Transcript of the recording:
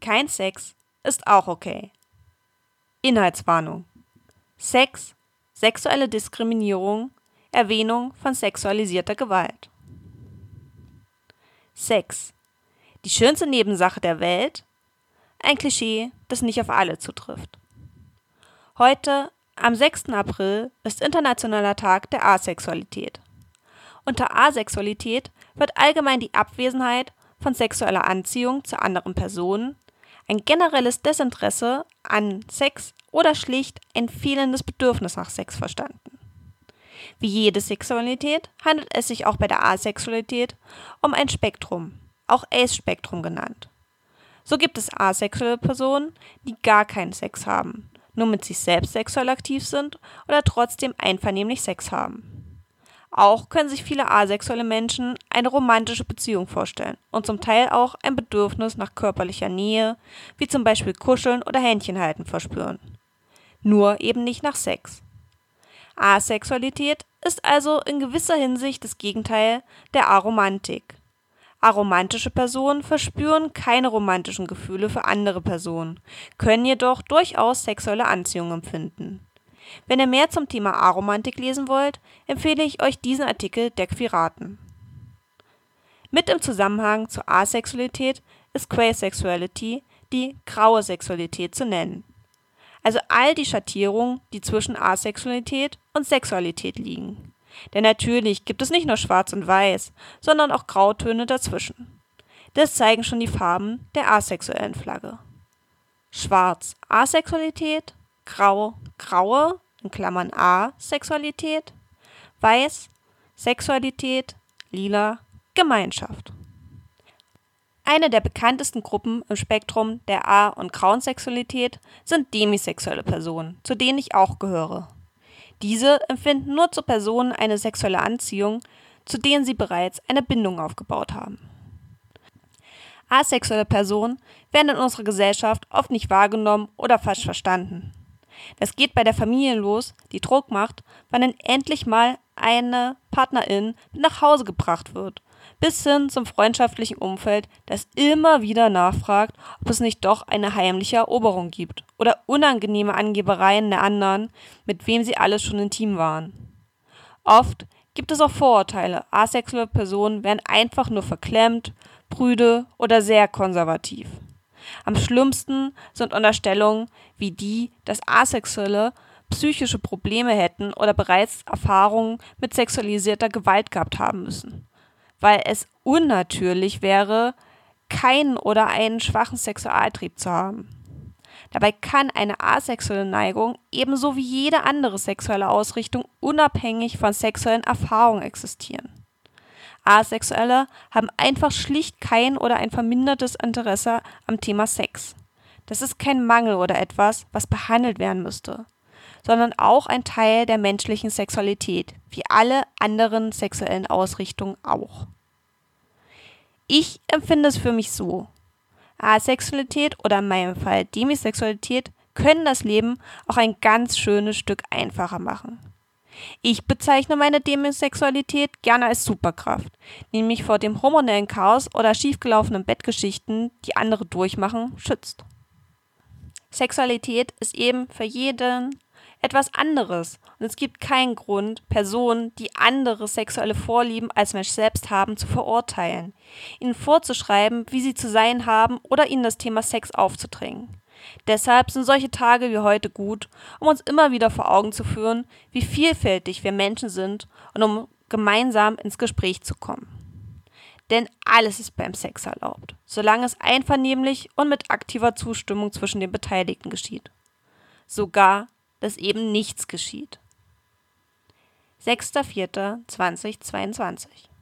kein Sex ist auch okay. Inhaltswarnung. Sex, sexuelle Diskriminierung, Erwähnung von sexualisierter Gewalt. Sex, die schönste Nebensache der Welt? Ein Klischee, das nicht auf alle zutrifft. Heute, am 6. April, ist Internationaler Tag der Asexualität. Unter Asexualität wird allgemein die Abwesenheit von sexueller Anziehung zu anderen Personen, ein generelles Desinteresse an Sex oder schlicht ein fehlendes Bedürfnis nach Sex verstanden. Wie jede Sexualität handelt es sich auch bei der Asexualität um ein Spektrum, auch Ace-Spektrum genannt. So gibt es asexuelle Personen, die gar keinen Sex haben, nur mit sich selbst sexuell aktiv sind oder trotzdem einvernehmlich Sex haben. Auch können sich viele asexuelle Menschen eine romantische Beziehung vorstellen und zum Teil auch ein Bedürfnis nach körperlicher Nähe, wie zum Beispiel Kuscheln oder Händchenhalten verspüren. Nur eben nicht nach Sex. Asexualität ist also in gewisser Hinsicht das Gegenteil der Aromantik. Aromantische Personen verspüren keine romantischen Gefühle für andere Personen, können jedoch durchaus sexuelle Anziehung empfinden. Wenn ihr mehr zum Thema Aromantik lesen wollt, empfehle ich euch diesen Artikel der Quiraten. Mit im Zusammenhang zur Asexualität ist Queersexuality, die graue Sexualität, zu nennen. Also all die Schattierungen, die zwischen Asexualität und Sexualität liegen. Denn natürlich gibt es nicht nur Schwarz und Weiß, sondern auch Grautöne dazwischen. Das zeigen schon die Farben der asexuellen Flagge. Schwarz Asexualität, Grau Graue (Asexualität), Weiß Sexualität, Lila Gemeinschaft. Eine der bekanntesten Gruppen im Spektrum der A- und grauen Sexualität sind demisexuelle Personen, zu denen ich auch gehöre. Diese empfinden nur zu Personen eine sexuelle Anziehung, zu denen sie bereits eine Bindung aufgebaut haben. Asexuelle Personen werden in unserer Gesellschaft oft nicht wahrgenommen oder falsch verstanden. Das geht bei der Familie los, die Druck macht, wann denn endlich mal eine Partnerin mit nach Hause gebracht wird, bis hin zum freundschaftlichen Umfeld, das immer wieder nachfragt, ob es nicht doch eine heimliche Eroberung gibt oder unangenehme Angebereien der anderen, mit wem sie alles schon intim waren. Oft gibt es auch Vorurteile, asexuelle Personen wären einfach nur verklemmt, prüde oder sehr konservativ. Am schlimmsten sind Unterstellungen wie die, dass Asexuelle psychische Probleme hätten oder bereits Erfahrungen mit sexualisierter Gewalt gehabt haben müssen, weil es unnatürlich wäre, keinen oder einen schwachen Sexualtrieb zu haben. Dabei kann eine asexuelle Neigung ebenso wie jede andere sexuelle Ausrichtung unabhängig von sexuellen Erfahrungen existieren. Asexuelle haben einfach schlicht kein oder ein vermindertes Interesse am Thema Sex. Das ist kein Mangel oder etwas, was behandelt werden müsste, sondern auch ein Teil der menschlichen Sexualität, wie alle anderen sexuellen Ausrichtungen auch. Ich empfinde es für mich so: Asexualität oder in meinem Fall Demisexualität können das Leben auch ein ganz schönes Stück einfacher machen. Ich bezeichne meine Demisexualität gerne als Superkraft, die mich vor dem hormonellen Chaos oder schiefgelaufenen Bettgeschichten, die andere durchmachen, schützt. Sexualität ist eben für jeden etwas anderes und es gibt keinen Grund, Personen, die andere sexuelle Vorlieben als Mensch selbst haben, zu verurteilen, ihnen vorzuschreiben, wie sie zu sein haben oder ihnen das Thema Sex aufzudrängen. Deshalb sind solche Tage wie heute gut, um uns immer wieder vor Augen zu führen, wie vielfältig wir Menschen sind und um gemeinsam ins Gespräch zu kommen. Denn alles ist beim Sex erlaubt, solange es einvernehmlich und mit aktiver Zustimmung zwischen den Beteiligten geschieht. Sogar, dass eben nichts geschieht. 6.4.2022